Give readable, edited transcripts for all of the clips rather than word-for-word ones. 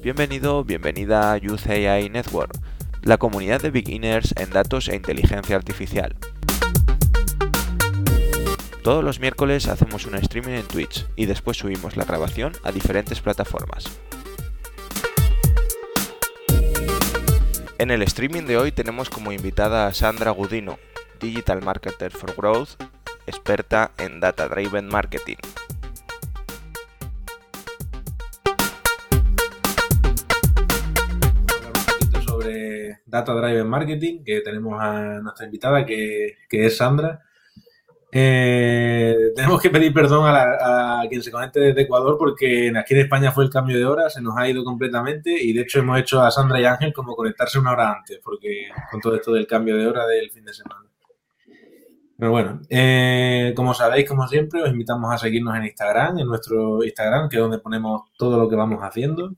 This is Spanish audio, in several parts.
Bienvenido, bienvenida a Youth AI Network, la comunidad de beginners en datos e inteligencia artificial. Todos los miércoles hacemos un streaming en Twitch y después subimos la grabación a diferentes plataformas. En el streaming de hoy tenemos como invitada a Sandra Gudino, Digital Marketer for Growth, experta en Data Driven Marketing. Sobre Data Driven Marketing, que tenemos a nuestra invitada, que es Sandra. Tenemos que pedir perdón a quien se conecte desde Ecuador, porque aquí en España fue el cambio de hora, se nos ha ido completamente y de hecho hemos hecho a Sandra y Ángel como conectarse una hora antes, porque con todo esto del cambio de hora del fin de semana. Pero bueno, como sabéis, como siempre, os invitamos a seguirnos en Instagram, en nuestro Instagram, que es donde ponemos todo lo que vamos haciendo.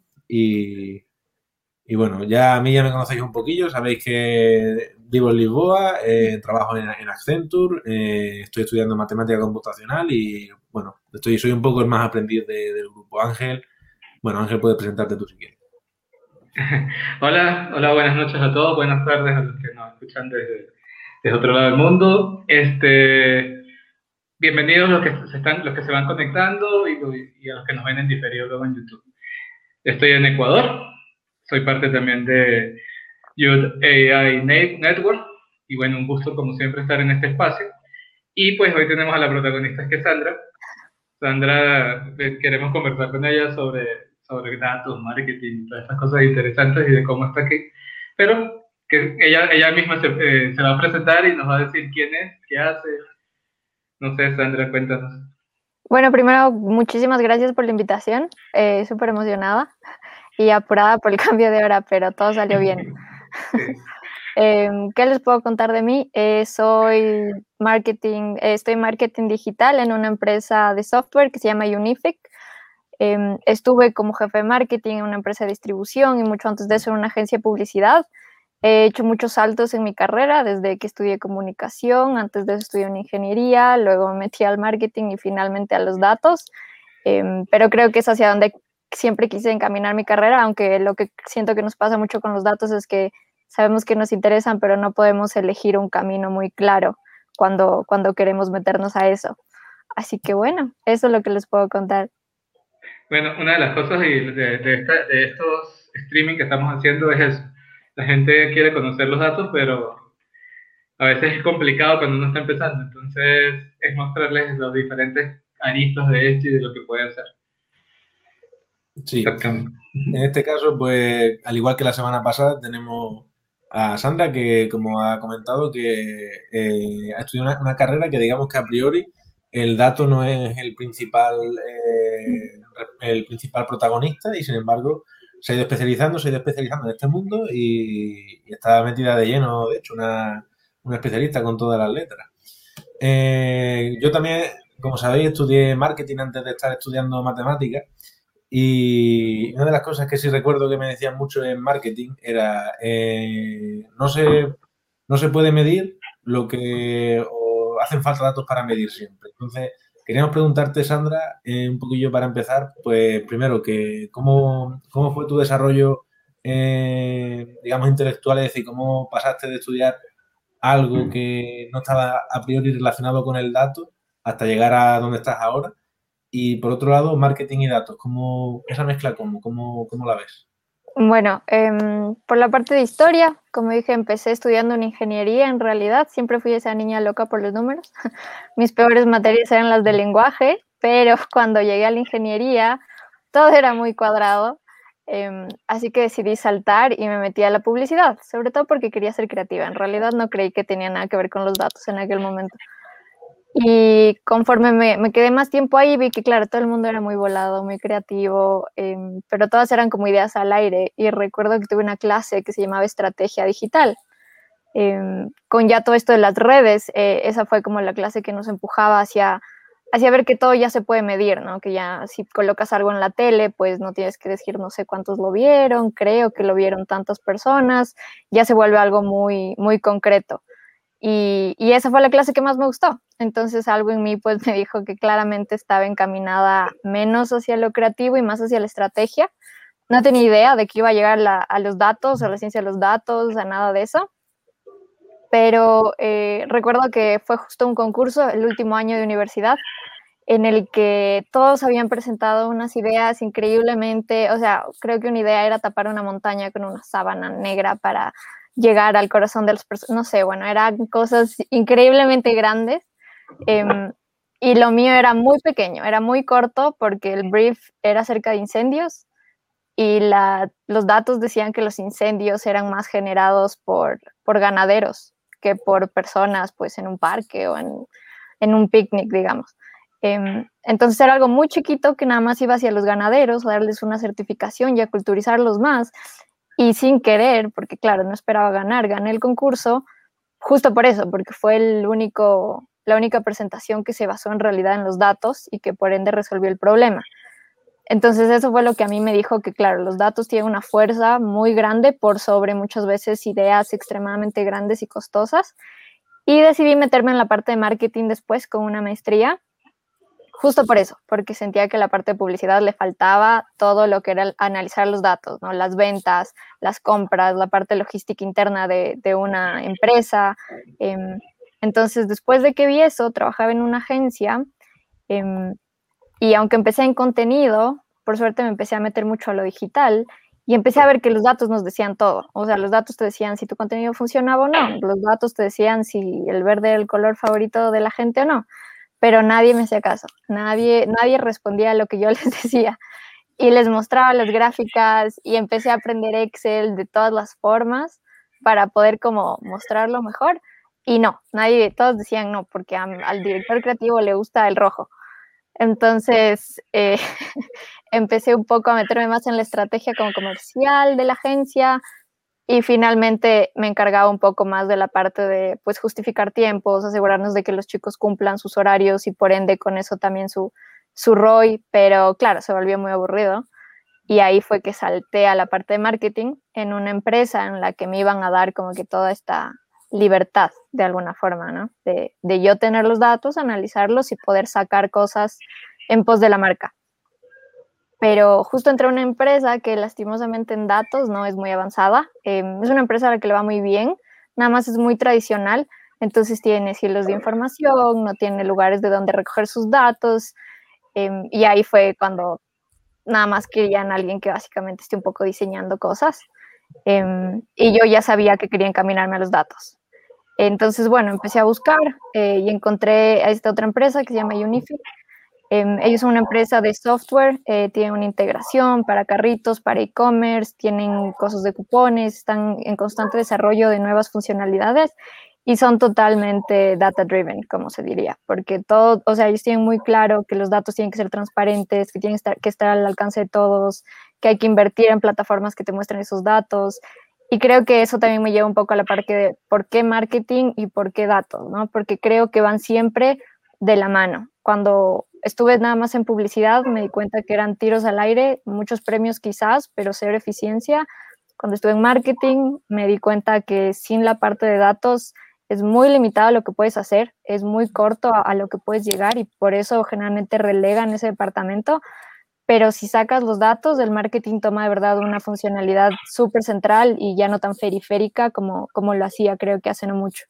Y bueno, ya a mí ya me conocéis un poquillo, sabéis que vivo en Lisboa, trabajo en Accenture, estoy estudiando matemática computacional y bueno, soy un poco el más aprendiz del grupo. Ángel, bueno, Ángel, puedes presentarte tú si quieres. Hola, buenas noches a todos, buenas tardes a los que nos escuchan desde otro lado del mundo. Bienvenidos los que se van conectando y a los que nos ven en diferido luego en YouTube. Estoy en Ecuador, soy parte también de Youth AI Network y bueno, un gusto como siempre estar en este espacio. Y pues hoy tenemos a la protagonista, que es Sandra. Sandra, queremos conversar con ella sobre datos, marketing, todas estas cosas interesantes y de cómo está aquí. Pero que ella misma se va a presentar y nos va a decir quién es, qué hace. No sé, Sandra, cuéntanos. Bueno, primero, muchísimas gracias por la invitación. Súper emocionada y apurada por el cambio de hora, pero todo salió bien. Sí. ¿Qué les puedo contar de mí? Estoy en marketing digital en una empresa de software que se llama Unific. Estuve como jefe de marketing en una empresa de distribución y mucho antes de eso en una agencia de publicidad. He hecho muchos saltos en mi carrera desde que estudié comunicación, antes de eso estudié una ingeniería, luego me metí al marketing y finalmente a los datos. Pero creo que es hacia donde siempre quise encaminar mi carrera, aunque lo que siento que nos pasa mucho con los datos es que sabemos que nos interesan, pero no podemos elegir un camino muy claro cuando queremos meternos a eso. Así que bueno, eso es lo que les puedo contar. Bueno, una de las cosas de estos streaming que estamos haciendo es eso. La gente quiere conocer los datos, pero a veces es complicado cuando uno está empezando. Entonces, es mostrarles los diferentes aristas de esto y de lo que puede hacer. Sí, en este caso, pues, al igual que la semana pasada, tenemos a Sandra, que como ha comentado, que ha estudiado una carrera que digamos que a priori el dato no es el principal protagonista y sin embargo se ha ido especializando en este mundo y está metida de lleno, de hecho, una especialista con todas las letras. Yo también, como sabéis, estudié marketing antes de estar estudiando matemáticas. Y una de las cosas que sí recuerdo que me decían mucho en marketing era no se puede medir o hacen falta datos para medir siempre. Entonces, queríamos preguntarte, Sandra, un poquillo para empezar, pues primero, que cómo fue tu desarrollo, digamos, intelectual, es decir, cómo pasaste de estudiar algo que no estaba a priori relacionado con el dato hasta llegar a donde estás ahora. Y por otro lado, marketing y datos, esa mezcla, ¿cómo la ves? Bueno, por la parte de historia, como dije, empecé estudiando una ingeniería en realidad. Siempre fui esa niña loca por los números. Mis peores materias eran las de lenguaje, pero cuando llegué a la ingeniería, todo era muy cuadrado. Así que decidí saltar y me metí a la publicidad, sobre todo porque quería ser creativa. En realidad no creí que tenía nada que ver con los datos en aquel momento. Y conforme me quedé más tiempo ahí, vi que, claro, todo el mundo era muy volado, muy creativo, pero todas eran como ideas al aire. Y recuerdo que tuve una clase que se llamaba Estrategia Digital. Con ya todo esto de las redes, esa fue como la clase que nos empujaba hacia ver que todo ya se puede medir, ¿no? Que ya si colocas algo en la tele, pues no tienes que decir no sé cuántos lo vieron, creo que lo vieron tantas personas, ya se vuelve algo muy, muy concreto. Y esa fue la clase que más me gustó. Entonces algo en mí pues me dijo que claramente estaba encaminada menos hacia lo creativo y más hacia la estrategia, no tenía idea de que iba a llegar a los datos, a la ciencia de los datos, a nada de eso. Pero recuerdo que fue justo un concurso, el último año de universidad, en el que todos habían presentado unas ideas increíblemente, o sea, creo que una idea era tapar una montaña con una sábana negra para llegar al corazón de las personas, no sé, bueno, eran cosas increíblemente grandes. Y lo mío era muy pequeño, era muy corto porque el brief era acerca de incendios y los datos decían que los incendios eran más generados por ganaderos que por personas pues en un parque o en un picnic, digamos. Entonces era algo muy chiquito que nada más iba hacia los ganaderos a darles una certificación y a culturizarlos más. Y sin querer, porque claro, no esperaba ganar, gané el concurso justo por eso, porque fue la única presentación que se basó en realidad en los datos y que por ende resolvió el problema. Entonces eso fue lo que a mí me dijo que, claro, los datos tienen una fuerza muy grande por sobre muchas veces ideas extremadamente grandes y costosas. Y decidí meterme en la parte de marketing después con una maestría, justo por eso, porque sentía que la parte de publicidad le faltaba todo lo que era analizar los datos, ¿no? Las ventas, las compras, la parte logística interna de una empresa. Entonces, después de que vi eso, trabajaba en una agencia. Y aunque empecé en contenido, por suerte me empecé a meter mucho a lo digital y empecé a ver que los datos nos decían todo. O sea, los datos te decían si tu contenido funcionaba o no. Los datos te decían si el verde era el color favorito de la gente o no. Pero nadie me hacía caso. Nadie respondía a lo que yo les decía. Y les mostraba las gráficas y empecé a aprender Excel de todas las formas para poder como mostrarlo mejor. Y no, todos decían no, porque al director creativo le gusta el rojo. Entonces, empecé un poco a meterme más en la estrategia como comercial de la agencia y finalmente me encargaba un poco más de la parte de pues, justificar tiempos, asegurarnos de que los chicos cumplan sus horarios y por ende con eso también su ROI, pero claro, se volvió muy aburrido y ahí fue que salté a la parte de marketing en una empresa en la que me iban a dar como que toda esta libertad de alguna forma, ¿no? De yo tener los datos, analizarlos y poder sacar cosas en pos de la marca. Pero justo entré a una empresa que lastimosamente en datos no es muy avanzada. Es una empresa a la que le va muy bien, nada más es muy tradicional, entonces tiene silos de información, no tiene lugares de donde recoger sus datos, y ahí fue cuando nada más querían a alguien que básicamente esté un poco diseñando cosas, y yo ya sabía que quería encaminarme a los datos. Entonces, bueno, empecé a buscar y encontré a esta otra empresa que se llama Unific. Ellos son una empresa de software, tienen una integración para carritos, para e-commerce, tienen cosas de cupones, están en constante desarrollo de nuevas funcionalidades y son totalmente data-driven, como se diría, porque todo, o sea, ellos tienen muy claro que los datos tienen que ser transparentes, que tienen que estar al alcance de todos, que hay que invertir en plataformas que te muestren esos datos. Y creo que eso también me lleva un poco a la parte de por qué marketing y por qué datos, ¿no? Porque creo que van siempre de la mano. Cuando estuve nada más en publicidad me di cuenta que eran tiros al aire, muchos premios quizás, pero cero eficiencia. Cuando estuve en marketing me di cuenta que sin la parte de datos es muy limitado lo que puedes hacer, es muy corto a lo que puedes llegar y por eso generalmente relegan ese departamento. Pero si sacas los datos, el marketing toma de verdad una funcionalidad súper central y ya no tan periférica como lo hacía, creo que hace no mucho.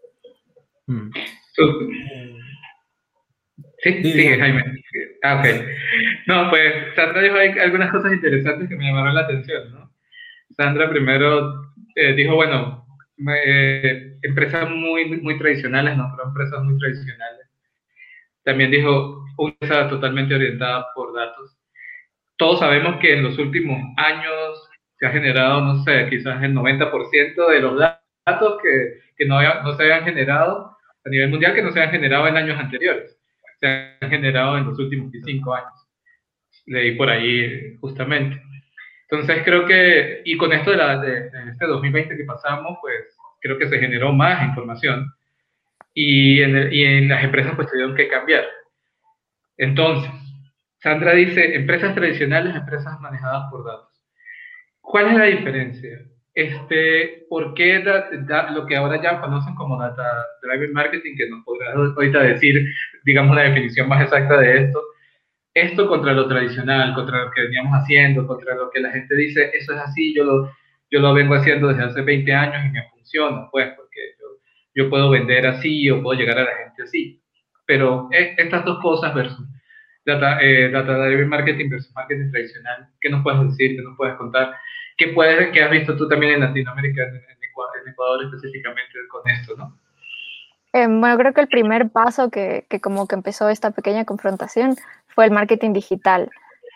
Sí, sigue, Jaime. Ok. No, pues Sandra dijo algunas cosas interesantes que me llamaron la atención, ¿no? Sandra primero dijo, bueno, empresas muy tradicionales, no, pero empresas muy tradicionales. También dijo, una empresa totalmente orientada por datos. Todos sabemos que en los últimos años se ha generado, no sé, quizás el 90% de los datos que no se habían generado a nivel mundial, que no se habían generado en años anteriores. Se han generado en los últimos 5 años. Leí por ahí justamente. Entonces creo que, y con esto de este 2020 que pasamos, pues creo que se generó más información y en las empresas pues tuvieron que cambiar. Entonces, Sandra dice, empresas tradicionales, empresas manejadas por datos. ¿Cuál es la diferencia? ¿Por qué lo que ahora ya conocen como Data Driven Marketing, que nos podrás ahorita decir, digamos, la definición más exacta de esto, esto contra lo tradicional, contra lo que veníamos haciendo, contra lo que la gente dice, eso es así, yo lo vengo haciendo desde hace 20 años y me funciona, pues, porque yo puedo vender así o puedo llegar a la gente así. Pero estas dos cosas versus data-driven marketing versus marketing tradicional, ¿qué nos puedes decir? ¿Qué nos puedes contar? ¿Qué has visto tú también en Latinoamérica, en Ecuador específicamente con esto, ¿no? Bueno, creo que el primer paso que como que empezó esta pequeña confrontación fue el marketing digital,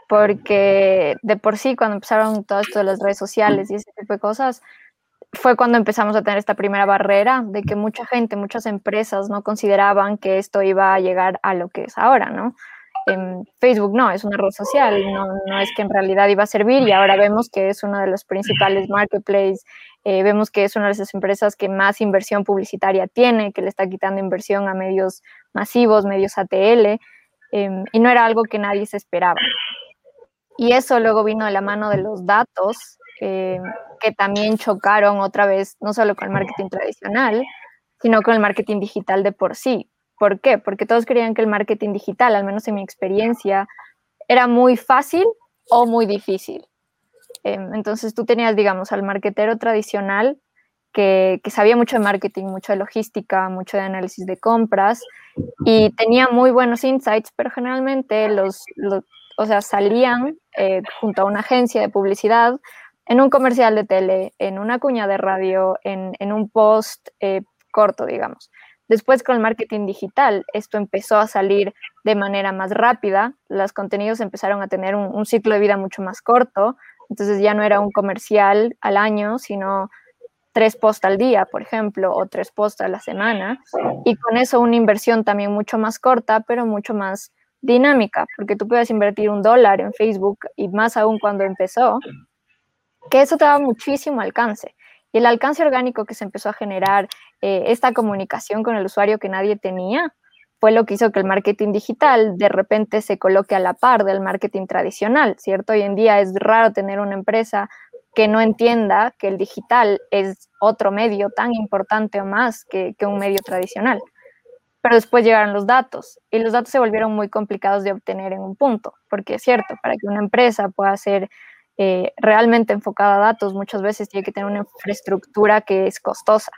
porque de por sí cuando empezaron todo esto de las redes sociales y ese tipo de cosas, fue cuando empezamos a tener esta primera barrera de que mucha gente, muchas empresas no consideraban que esto iba a llegar a lo que es ahora, ¿no? Facebook no, es una red social, no es que en realidad iba a servir y ahora vemos que es uno de los principales marketplaces, vemos que es una de esas empresas que más inversión publicitaria tiene, que le está quitando inversión a medios masivos, medios ATL, y no era algo que nadie se esperaba. Y eso luego vino de la mano de los datos, que también chocaron otra vez, no solo con el marketing tradicional, sino con el marketing digital de por sí. ¿Por qué? Porque todos creían que el marketing digital, al menos en mi experiencia, era muy fácil o muy difícil. Entonces tú tenías, digamos, al marketero tradicional que sabía mucho de marketing, mucho de logística, mucho de análisis de compras y tenía muy buenos insights, pero generalmente o sea, salían junto a una agencia de publicidad en un comercial de tele, en una cuña de radio, en un post corto, digamos. Después con el marketing digital, esto empezó a salir de manera más rápida, los contenidos empezaron a tener un ciclo de vida mucho más corto, entonces ya no era un comercial al año, sino 3 posts al día, por ejemplo, o 3 posts a la semana, y con eso una inversión también mucho más corta, pero mucho más dinámica, porque tú puedes invertir $1 en Facebook, y más aún cuando empezó, que eso te da muchísimo alcance. Y el alcance orgánico que se empezó a generar, esta comunicación con el usuario que nadie tenía, fue lo que hizo que el marketing digital de repente se coloque a la par del marketing tradicional, ¿cierto? Hoy en día es raro tener una empresa que no entienda que el digital es otro medio tan importante o más que un medio tradicional. Pero después llegaron los datos y los datos se volvieron muy complicados de obtener en un punto, porque es cierto, para que una empresa pueda ser realmente enfocada a datos, muchas veces tiene que tener una infraestructura que es costosa,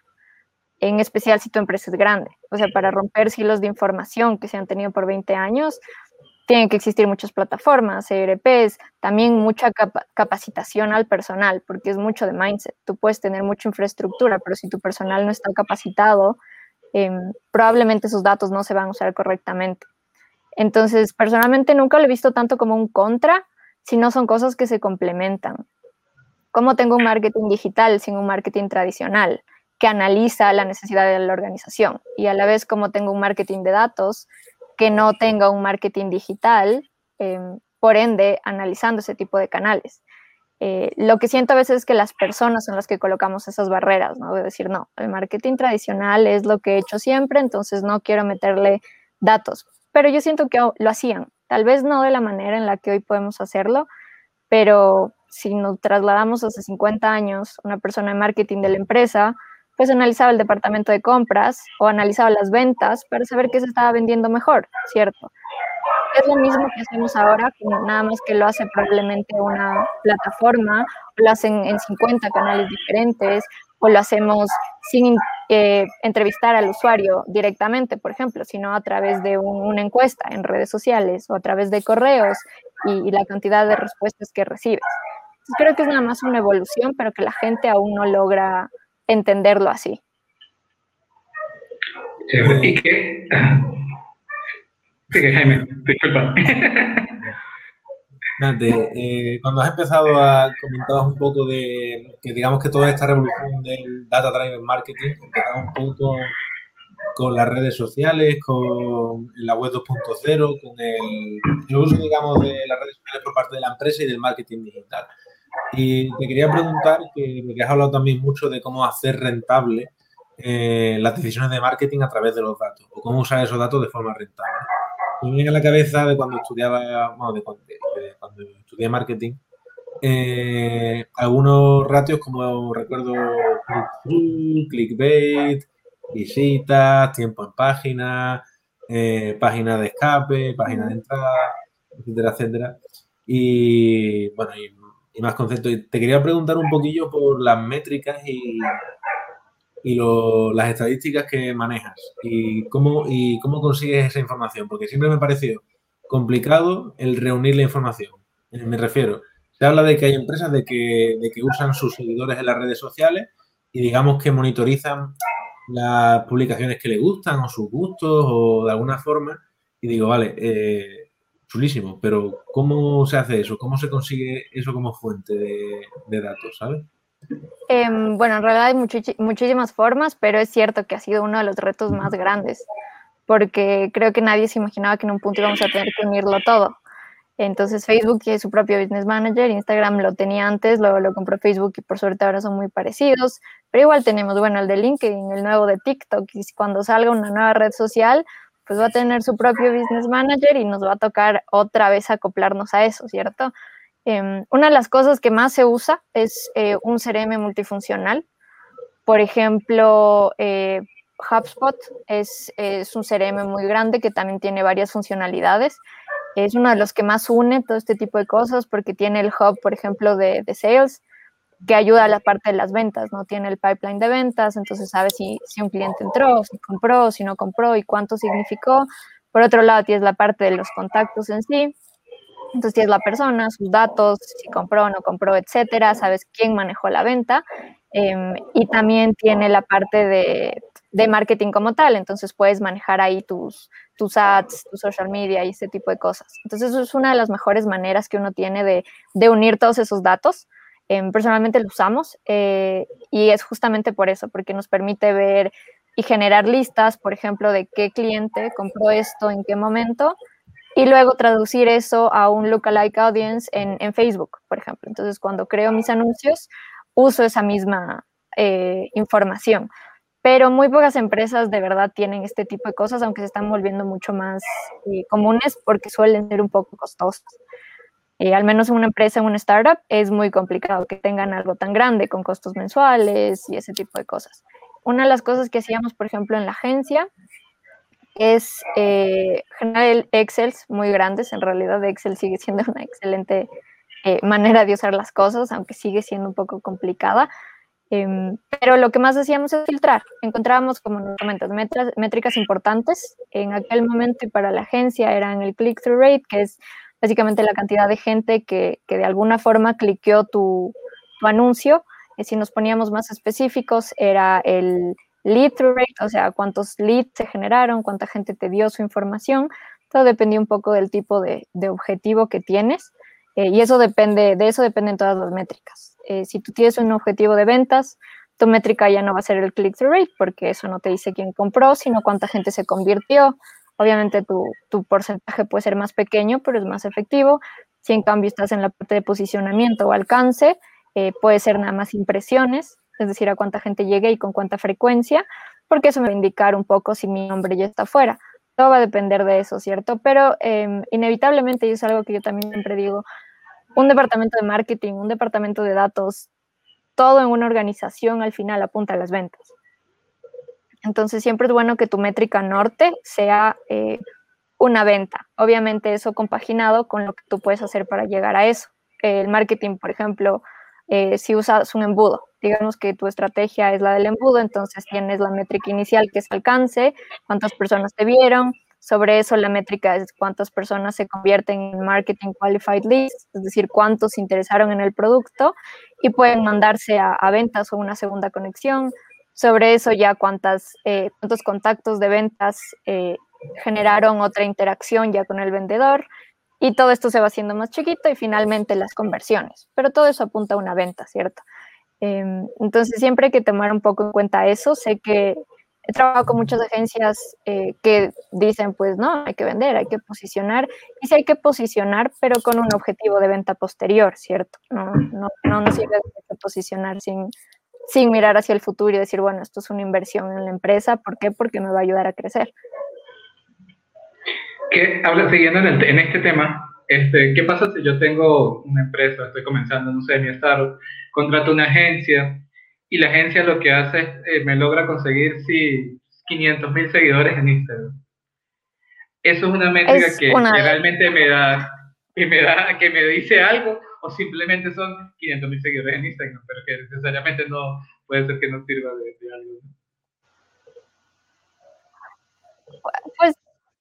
en especial si tu empresa es grande. O sea, para romper silos de información que se han tenido por 20 años, tienen que existir muchas plataformas, ERPs, también mucha capacitación al personal, porque es mucho de mindset. Tú puedes tener mucha infraestructura, pero si tu personal no está capacitado, probablemente esos datos no se van a usar correctamente. Entonces, personalmente nunca lo he visto tanto como un contra, sino son cosas que se complementan. ¿Cómo tengo un marketing digital sin un marketing tradicional que analiza la necesidad de la organización? Y a la vez, ¿cómo tengo un marketing de datos que no tenga un marketing digital, por ende, analizando ese tipo de canales? Lo que siento a veces es que las personas son las que colocamos esas barreras, ¿no? De decir, no, el marketing tradicional es lo que he hecho siempre, entonces no quiero meterle datos. Pero yo siento que lo hacían, tal vez no de la manera en la que hoy podemos hacerlo, pero si nos trasladamos hace 50 años, una persona de marketing de la empresa, pues analizaba el departamento de compras o analizaba las ventas para saber qué se estaba vendiendo mejor, ¿cierto? Es lo mismo que hacemos ahora, nada más que lo hace probablemente una plataforma, o lo hacen en 50 canales diferentes, o lo hacemos sin entrevistar al usuario directamente, por ejemplo, sino a través de una encuesta en redes sociales o a través de correos y la cantidad de respuestas que recibes. Entonces, creo que es nada más una evolución, pero que la gente aún no logra entenderlo así. ¿Y qué? Sí, Jaime, disculpa. Dante, cuando has empezado a comentar un poco de que digamos que toda esta revolución del data driven marketing empezaba un poco con las redes sociales, con la web 2.0, con el uso, digamos, de las redes sociales por parte de la empresa y del marketing digital. Y te quería preguntar, porque has hablado también mucho de cómo hacer rentable las decisiones de marketing a través de los datos, o cómo usar esos datos de forma rentable. Me viene a la cabeza de cuando estudiaba, bueno, de cuando estudié marketing, algunos ratios como recuerdo click-through, clickbait, visitas, tiempo en página, página de escape, página de entrada. etcétera, etcétera. Y bueno, y más conceptos. Y te quería preguntar un poquillo por las métricas y las estadísticas que manejas y cómo consigues esa información, porque siempre me ha parecido complicado el reunir la información. Me refiero, se habla de que hay empresas de que usan sus seguidores en las redes sociales y digamos que monitorizan las publicaciones que le gustan o sus gustos o de alguna forma y digo, vale, chulísimo, pero ¿cómo se hace eso? ¿Cómo se consigue eso como fuente de datos, ¿sabes? Bueno, en realidad hay muchísimas formas, pero es cierto que ha sido uno de los retos más grandes, porque creo que nadie se imaginaba que en un punto íbamos a tener que unirlo todo. Entonces Facebook tiene su propio Business Manager, Instagram lo tenía antes, luego lo compró Facebook y por suerte ahora son muy parecidos, pero igual tenemos, bueno, el de LinkedIn, el nuevo de TikTok, y cuando salga una nueva red social, pues va a tener su propio Business Manager y nos va a tocar otra vez acoplarnos a eso, ¿cierto? Una de las cosas que más se usa es un CRM multifuncional. Por ejemplo, HubSpot es un CRM muy grande que también tiene varias funcionalidades. Es uno de los que más une todo este tipo de cosas porque tiene el hub, por ejemplo, de sales, que ayuda a la parte de las ventas, ¿no? Tiene el pipeline de ventas, entonces sabes si un cliente entró, si compró, si no compró y cuánto significó. Por otro lado, tienes la parte de los contactos en sí. Entonces tienes la persona, sus datos, si compró o no compró, etcétera, sabes quién manejó la venta, y también tiene la parte de marketing como tal, entonces puedes manejar ahí tus ads, tu social media y ese tipo de cosas. Entonces eso es una de las mejores maneras que uno tiene de unir todos esos datos. Personalmente lo usamos y es justamente por eso, porque nos permite ver y generar listas, por ejemplo, de qué cliente compró esto, en qué momento, y luego traducir eso a un lookalike audience en Facebook, por ejemplo. Entonces, cuando creo mis anuncios, uso esa misma información. Pero muy pocas empresas de verdad tienen este tipo de cosas, aunque se están volviendo mucho más comunes porque suelen ser un poco costosas. Al menos en una empresa, en una startup, es muy complicado que tengan algo tan grande con costos mensuales y ese tipo de cosas. Una de las cosas que hacíamos, por ejemplo, en la agencia, es generar Excels muy grandes. En realidad Excel sigue siendo una excelente manera de usar las cosas, aunque sigue siendo un poco complicada. Pero lo que más hacíamos es filtrar. Encontrábamos, como nos comentas, métricas importantes. En aquel momento y para la agencia eran el click-through rate, que es básicamente la cantidad de gente que de alguna forma cliqueó tu anuncio. Si nos poníamos más específicos, era el lead-through rate, o sea, cuántos leads se generaron, cuánta gente te dio su información. Todo dependía un poco del tipo de objetivo que tienes. Y de eso dependen todas las métricas. Si tú tienes un objetivo de ventas, tu métrica ya no va a ser el click-through rate, porque eso no te dice quién compró, sino cuánta gente se convirtió. Obviamente tu porcentaje puede ser más pequeño, pero es más efectivo. Si en cambio estás en la parte de posicionamiento o alcance, puede ser nada más impresiones, es decir, a cuánta gente llegue y con cuánta frecuencia, porque eso me va a indicar un poco si mi nombre ya está fuera. Todo va a depender de eso, ¿cierto? Pero inevitablemente, y es algo que yo también siempre digo, un departamento de marketing, un departamento de datos, todo en una organización al final apunta a las ventas. Entonces siempre es bueno que tu métrica norte sea una venta. Obviamente eso compaginado con lo que tú puedes hacer para llegar a eso. El marketing, por ejemplo, si usas un embudo, digamos que tu estrategia es la del embudo, entonces tienes la métrica inicial que es alcance, cuántas personas te vieron, sobre eso la métrica es cuántas personas se convierten en marketing qualified leads, es decir, cuántos se interesaron en el producto y pueden mandarse a ventas o una segunda conexión. Sobre eso ya cuántos contactos de ventas generaron otra interacción ya con el vendedor, y todo esto se va haciendo más chiquito y finalmente las conversiones, pero todo eso apunta a una venta, ¿cierto? Entonces siempre hay que tomar un poco en cuenta eso. Sé que he trabajado con muchas agencias que dicen, pues no, hay que vender, hay que posicionar, y sí hay que posicionar, pero con un objetivo de venta posterior, ¿cierto? No sirve de posicionar sin mirar hacia el futuro y decir, bueno, esto es una inversión en la empresa. ¿Por qué? Porque me va a ayudar a crecer. Siguiendo en este tema, ¿qué pasa si yo tengo una empresa, estoy comenzando, no sé, mi startup, contrato una agencia y la agencia lo que hace es me logra conseguir 500,000 seguidores en Instagram? Eso es una métrica que realmente me da que me dice algo, o simplemente son 500.000 seguidores en Instagram, pero que necesariamente no puede ser que no sirva de algo. Pues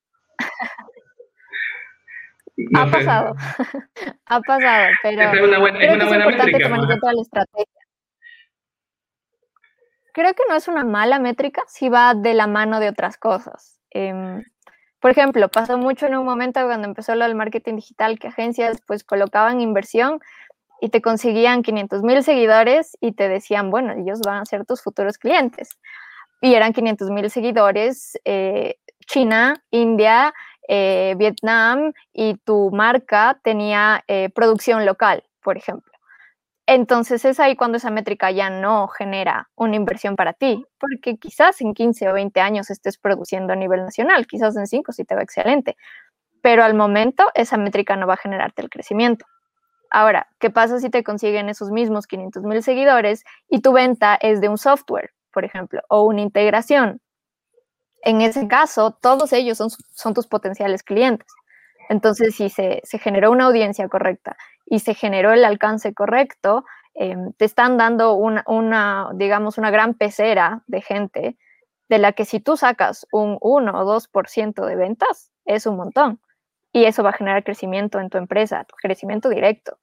No ha sé. pasado, ha pasado, pero Esa es una buena, creo que es importante métrica, tomar en cuenta la estrategia. Creo que no es una mala métrica si va de la mano de otras cosas. Por ejemplo, pasó mucho en un momento cuando empezó lo del marketing digital que agencias pues colocaban inversión y te conseguían 500,000 seguidores y te decían, bueno, ellos van a ser tus futuros clientes. Y eran 500,000 seguidores, China, India, Vietnam, y tu marca tenía producción local, por ejemplo. Entonces es ahí cuando esa métrica ya no genera una inversión para ti, porque quizás en 15 o 20 años estés produciendo a nivel nacional, quizás en 5 sí te va excelente, pero al momento esa métrica no va a generarte el crecimiento. Ahora, ¿qué pasa si te consiguen esos mismos 500,000 seguidores y tu venta es de un software, por ejemplo, o una integración? En ese caso, todos ellos son tus potenciales clientes. Entonces, si se generó una audiencia correcta y se generó el alcance correcto, te están dando digamos, una gran pecera de gente de la que si tú sacas un 1 o 2% de ventas, es un montón. Y eso va a generar crecimiento en tu empresa, crecimiento directo.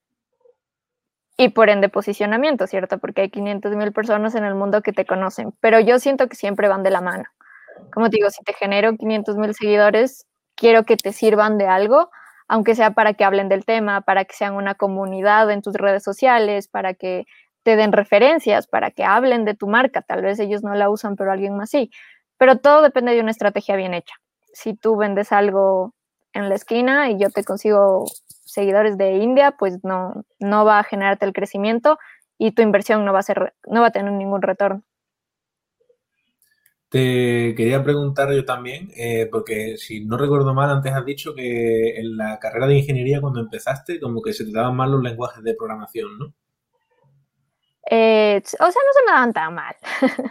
Y por ende posicionamiento, ¿cierto? Porque hay 500,000 personas en el mundo que te conocen, pero yo siento que siempre van de la mano. Como te digo, si te genero 500,000 seguidores, quiero que te sirvan de algo, aunque sea para que hablen del tema, para que sean una comunidad en tus redes sociales, para que te den referencias, para que hablen de tu marca. Tal vez ellos no la usan, pero alguien más sí. Pero todo depende de una estrategia bien hecha. Si tú vendes algo en la esquina y yo te consigo seguidores de India, pues no va a generarte el crecimiento y tu inversión no va a tener ningún retorno. Te quería preguntar yo también, porque si no recuerdo mal, antes has dicho que en la carrera de ingeniería cuando empezaste, como que se te daban mal los lenguajes de programación, ¿no? O sea, no se me daban tan mal.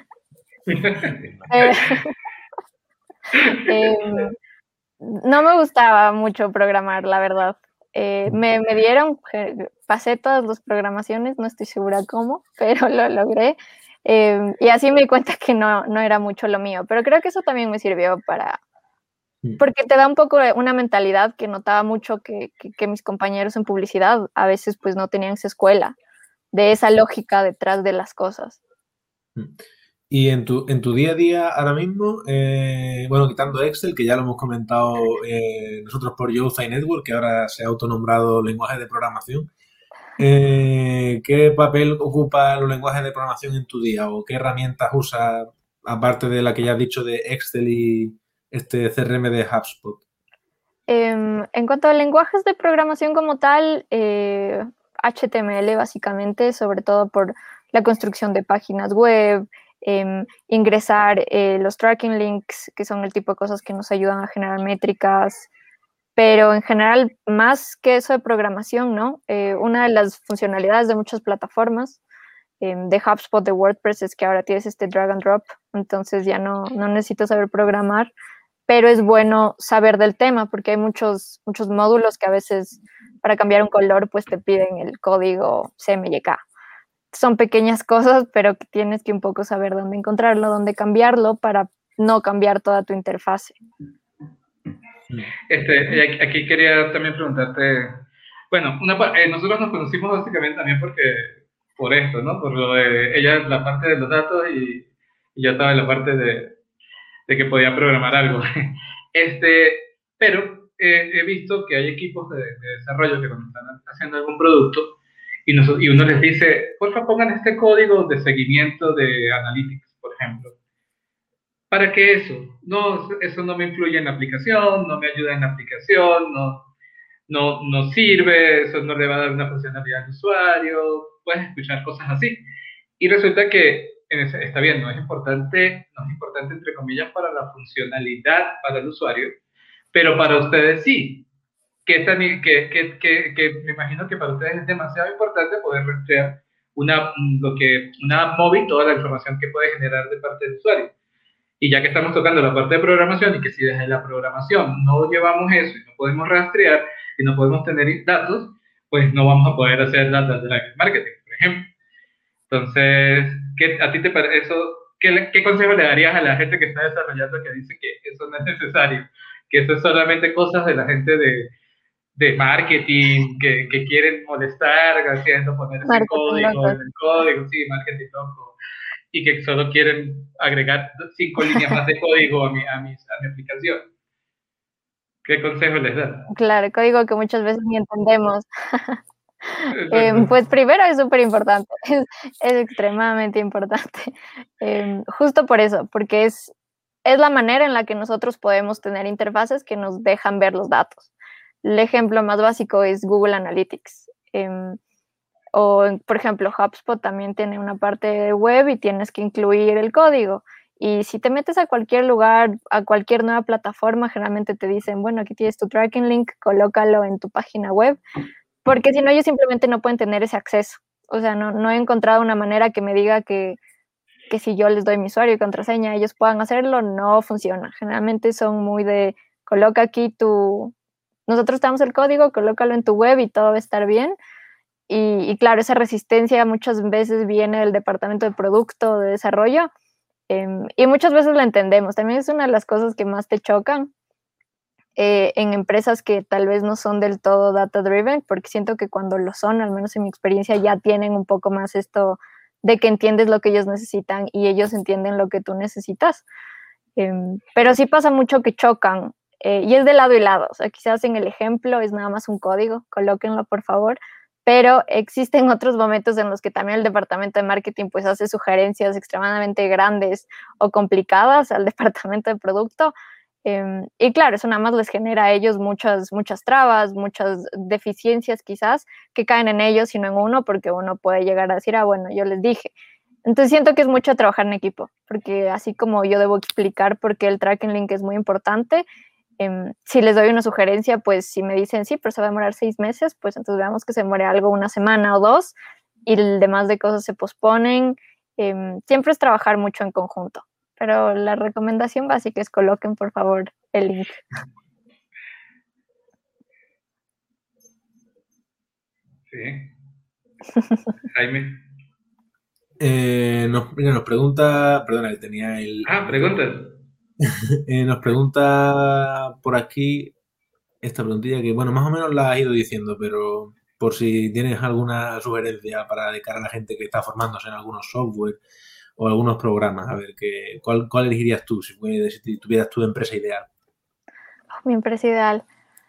No me gustaba mucho programar, la verdad. Me dieron, pasé todas las programaciones, no estoy segura cómo, pero lo logré. Y así me di cuenta que no era mucho lo mío, pero creo que eso también me sirvió porque te da un poco una mentalidad que notaba mucho que mis compañeros en publicidad a veces pues no tenían esa escuela de esa lógica detrás de las cosas. Y en tu día a día ahora mismo, bueno, quitando Excel, que ya lo hemos comentado nosotros por YouSci Network, que ahora se ha autonombrado lenguaje de programación, ¿qué papel ocupa los lenguajes de programación en tu día o qué herramientas usas, aparte de la que ya has dicho de Excel y este CRM de HubSpot? En cuanto a lenguajes de programación como tal, HTML básicamente, sobre todo por la construcción de páginas web, ingresar los tracking links, que son el tipo de cosas que nos ayudan a generar métricas, pero en general, más que eso de programación, ¿no? Una de las funcionalidades de muchas plataformas, de HubSpot, de WordPress, es que ahora tienes este drag and drop, entonces ya no necesito saber programar, pero es bueno saber del tema porque hay muchos módulos que a veces para cambiar un color pues te piden el código CMYK. Son pequeñas cosas, pero que tienes que un poco saber dónde encontrarlo, dónde cambiarlo para no cambiar toda tu interfase. Aquí quería también preguntarte, bueno, nosotros nos conocimos básicamente también por esto, ¿no? Por lo de ella, la parte de los datos y yo estaba en la parte de que podía programar algo. Pero he visto que hay equipos de desarrollo que cuando están haciendo algún producto y uno les dice, por favor pongan este código de seguimiento de Analytics, por ejemplo. ¿Para qué eso? No, eso no me influye en la aplicación, no me ayuda en la aplicación, no sirve, eso no le va a dar una funcionalidad al usuario, puedes escuchar cosas así. Y resulta que está bien, no es importante entre comillas para la funcionalidad para el usuario, pero para ustedes sí. Que me imagino que para ustedes es demasiado importante poder rastrear una móvil, toda la información que puede generar de parte del usuario. Y ya que estamos tocando la parte de programación y que si desde la programación no llevamos eso y no podemos rastrear, y no podemos tener datos, pues no vamos a poder hacer data driven marketing, por ejemplo. Entonces, ¿a ti te parece eso? ¿Qué consejo le darías a la gente que está desarrollando que dice que eso no es necesario? Que eso es solamente cosas de la gente de marketing, que quieren molestar, haciendo poner ese Marketing código loco. en el código, sí, marketing loco, y que solo quieren agregar 5 líneas más de código a mi aplicación. ¿Qué consejo les das? Claro, código que muchas veces ni entendemos. Exacto. Pues primero es súper importante, es extremadamente importante. Justo por eso, porque es la manera en la que nosotros podemos tener interfaces que nos dejan ver los datos. El ejemplo más básico es Google Analytics. O, por ejemplo, HubSpot también tiene una parte web y tienes que incluir el código. Y si te metes a cualquier lugar, a cualquier nueva plataforma, generalmente te dicen, bueno, aquí tienes tu tracking link, colócalo en tu página web, porque si no, ellos simplemente no pueden tener ese acceso. O sea, no he encontrado una manera que me diga que si yo les doy mi usuario y contraseña, ellos puedan hacerlo, no funciona. Generalmente son muy de, coloca aquí nosotros te damos el código, colócalo en tu web y todo va a estar bien. Y claro, esa resistencia muchas veces viene del departamento de producto, de desarrollo, y muchas veces la entendemos. También es una de las cosas que más te chocan en empresas que tal vez no son del todo data driven, porque siento que cuando lo son, al menos en mi experiencia, ya tienen un poco más esto de que entiendes lo que ellos necesitan y ellos entienden lo que tú necesitas. Pero sí pasa mucho que chocan, y es de lado y lado. O sea, quizás en el ejemplo es nada más un código, colóquenlo por favor, pero existen otros momentos en los que también el departamento de marketing pues hace sugerencias extremadamente grandes o complicadas al departamento de producto. Y claro, eso nada más les genera a ellos muchas trabas, muchas deficiencias quizás que caen en ellos y no en uno, porque uno puede llegar a decir, bueno, yo les dije. Entonces siento que es mucho trabajar en equipo, porque así como yo debo explicar por qué el tracking link es muy importante, si les doy una sugerencia, pues si me dicen, sí, pero se va a demorar 6 meses, pues entonces veamos que se muere algo una semana o 2 y el demás de cosas se posponen. Siempre es trabajar mucho en conjunto, pero la recomendación básica es coloquen por favor el link. Sí. Jaime. Nos pregunta, perdona, que tenía Preguntas. nos pregunta por aquí esta preguntilla que, bueno, más o menos la has ido diciendo, pero por si tienes alguna sugerencia para de cara a la gente que está formándose en algunos software o algunos programas, a ver, ¿cuál elegirías tú si tuvieras tu empresa ideal? Mi empresa ideal.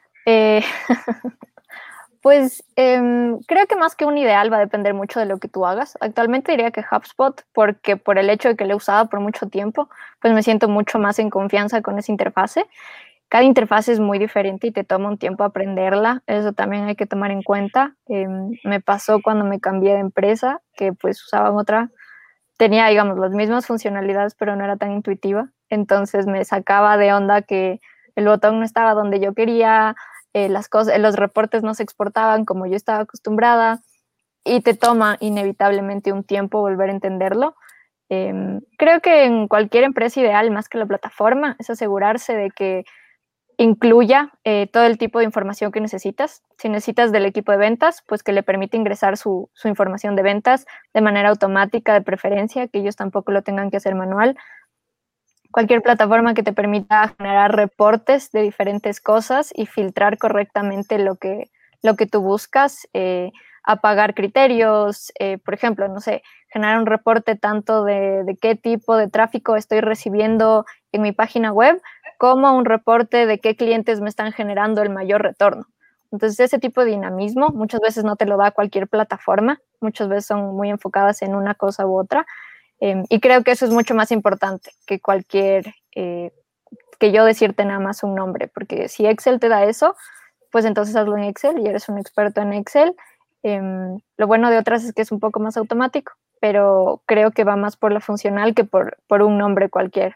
Pues creo que más que un ideal va a depender mucho de lo que tú hagas. Actualmente diría que HubSpot, porque por el hecho de que lo he usado por mucho tiempo, pues me siento mucho más en confianza con esa interfase. Cada interfase es muy diferente y te toma un tiempo aprenderla. Eso también hay que tomar en cuenta. Me pasó cuando me cambié de empresa, que pues usaban otra, tenía, digamos, las mismas funcionalidades, pero no era tan intuitiva. Entonces me sacaba de onda que el botón no estaba donde yo quería, los reportes no se exportaban como yo estaba acostumbrada y te toma inevitablemente un tiempo volver a entenderlo. Creo que en cualquier empresa ideal, más que la plataforma, es asegurarse de que incluya todo el tipo de información que necesitas. Si necesitas del equipo de ventas, pues que le permite ingresar su información de ventas de manera automática, de preferencia, que ellos tampoco lo tengan que hacer manual. Cualquier plataforma que te permita generar reportes de diferentes cosas y filtrar correctamente lo que tú buscas, apagar criterios, por ejemplo, no sé, generar un reporte tanto de qué tipo de tráfico estoy recibiendo en mi página web, como un reporte de qué clientes me están generando el mayor retorno. Entonces, ese tipo de dinamismo muchas veces no te lo da cualquier plataforma, muchas veces son muy enfocadas en una cosa u otra. Y creo que eso es mucho más importante que que yo decirte nada más un nombre, porque si Excel te da eso, pues entonces hazlo en Excel y eres un experto en Excel. Lo bueno de otras es que es un poco más automático, pero creo que va más por la funcional que por un nombre cualquiera.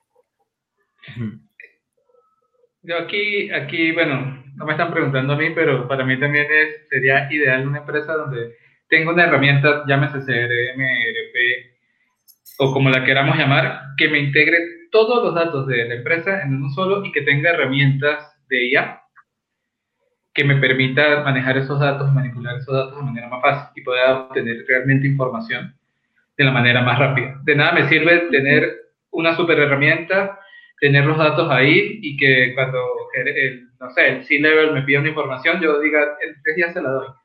Yo aquí, bueno, no me están preguntando a mí, pero para mí también sería ideal una empresa donde tenga una herramienta, llámese CRM, ERP, o como la queramos llamar, que me integre todos los datos de la empresa en uno solo y que tenga herramientas de IA que me permita manejar esos datos, manipular esos datos de manera más fácil y poder obtener realmente información de la manera más rápida. De nada me sirve tener una super herramienta, tener los datos ahí y que cuando no sé, el C-Level me pida una información, yo diga, en 3 días se la doy.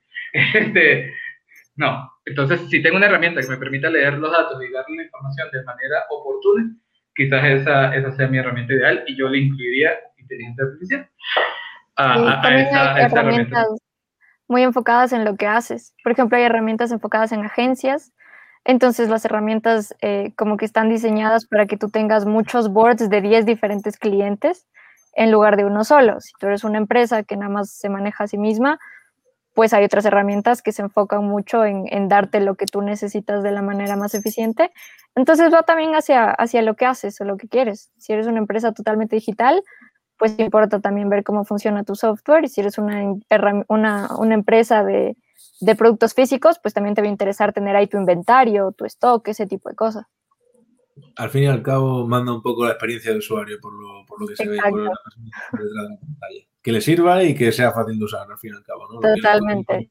No. Entonces, si tengo una herramienta que me permita leer los datos y darle la información de manera oportuna, quizás esa sea mi herramienta ideal y yo le incluiría inteligencia artificial a También hay esa herramienta. herramientas muy enfocadas en lo que haces. Por ejemplo, hay herramientas enfocadas en agencias. Entonces, las herramientas como que están diseñadas para que tú tengas muchos boards de 10 diferentes clientes en lugar de uno solo. Si tú eres una empresa que nada más se maneja a sí misma, pues hay otras herramientas que se enfocan mucho en darte lo que tú necesitas de la manera más eficiente. Entonces, va también hacia lo que haces o lo que quieres. Si eres una empresa totalmente digital, pues te importa también ver cómo funciona tu software. Y si eres una empresa de productos físicos, pues también te va a interesar tener ahí tu inventario, tu stock, ese tipo de cosas. Al fin y al cabo, manda un poco la experiencia del usuario por lo que se ve por la persona detrás de la pantalla. Que le sirva y que sea fácil de usar, al fin y al cabo, ¿no? Totalmente.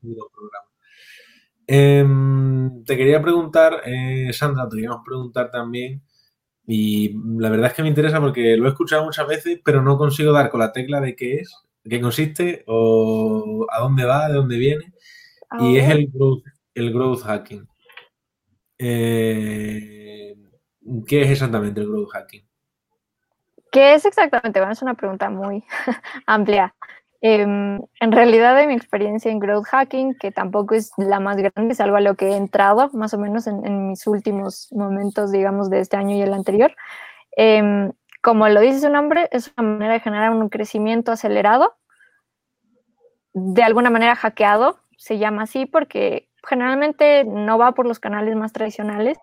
Te quería preguntar, Sandra, te queríamos preguntar también, y la verdad es que me interesa porque lo he escuchado muchas veces, pero no consigo dar con la tecla de qué es, qué consiste o a dónde va, de dónde viene, y es el growth hacking. ¿Qué es exactamente el growth hacking? ¿Qué es exactamente? Bueno, es una pregunta muy amplia. En realidad, de mi experiencia en growth hacking, que tampoco es la más grande, es algo a lo que he entrado más o menos en mis últimos momentos, digamos, de este año y el anterior. Como lo dice su nombre, es una manera de generar un crecimiento acelerado, de alguna manera hackeado, se llama así porque generalmente no va por los canales más tradicionales.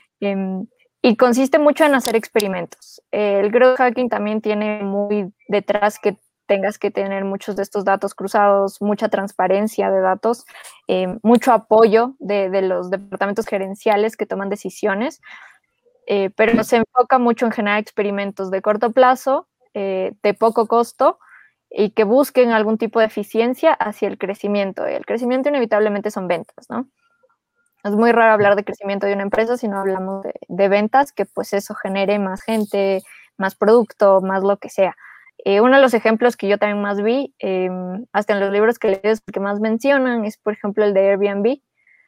Y consiste mucho en hacer experimentos. El growth hacking también tiene muy detrás que tengas que tener muchos de estos datos cruzados, mucha transparencia de datos, mucho apoyo de los departamentos gerenciales que toman decisiones, pero se enfoca mucho en generar experimentos de corto plazo, de poco costo, y que busquen algún tipo de eficiencia hacia el crecimiento. El crecimiento inevitablemente son ventas, ¿no? Es muy raro hablar de crecimiento de una empresa si no hablamos de ventas, que pues eso genere más gente, más producto, más lo que sea. Uno de los ejemplos que yo también más vi, hasta en los libros que leí, es el que más mencionan, es por ejemplo el de Airbnb,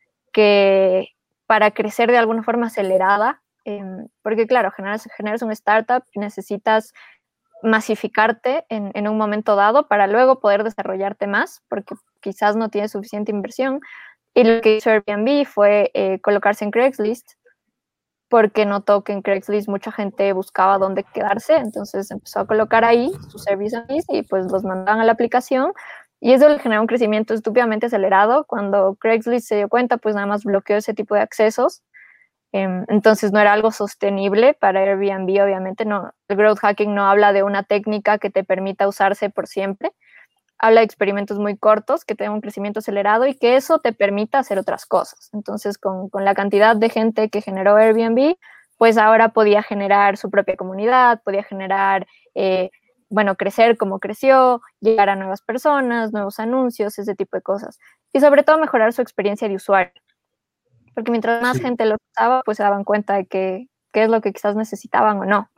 que para crecer de alguna forma acelerada, porque claro, generas un startup, necesitas masificarte en un momento dado para luego poder desarrollarte más, porque quizás no tienes suficiente inversión. Y lo que hizo Airbnb fue colocarse en Craigslist, porque notó que en Craigslist mucha gente buscaba dónde quedarse, entonces empezó a colocar ahí sus servicios y pues los mandaban a la aplicación, y eso le generó un crecimiento estúpidamente acelerado. Cuando Craigslist se dio cuenta, pues nada más bloqueó ese tipo de accesos, entonces no era algo sostenible para Airbnb, obviamente. No, el growth hacking no habla de una técnica que te permita usarse por siempre, habla de experimentos muy cortos que tengan un crecimiento acelerado y que eso te permita hacer otras cosas. Entonces, con la cantidad de gente que generó Airbnb, pues ahora podía generar su propia comunidad, podía generar, crecer como creció, llegar a nuevas personas, nuevos anuncios, ese tipo de cosas. Y sobre todo mejorar su experiencia de usuario. Porque mientras más gente lo usaba, pues se daban cuenta de qué es lo que quizás necesitaban o no.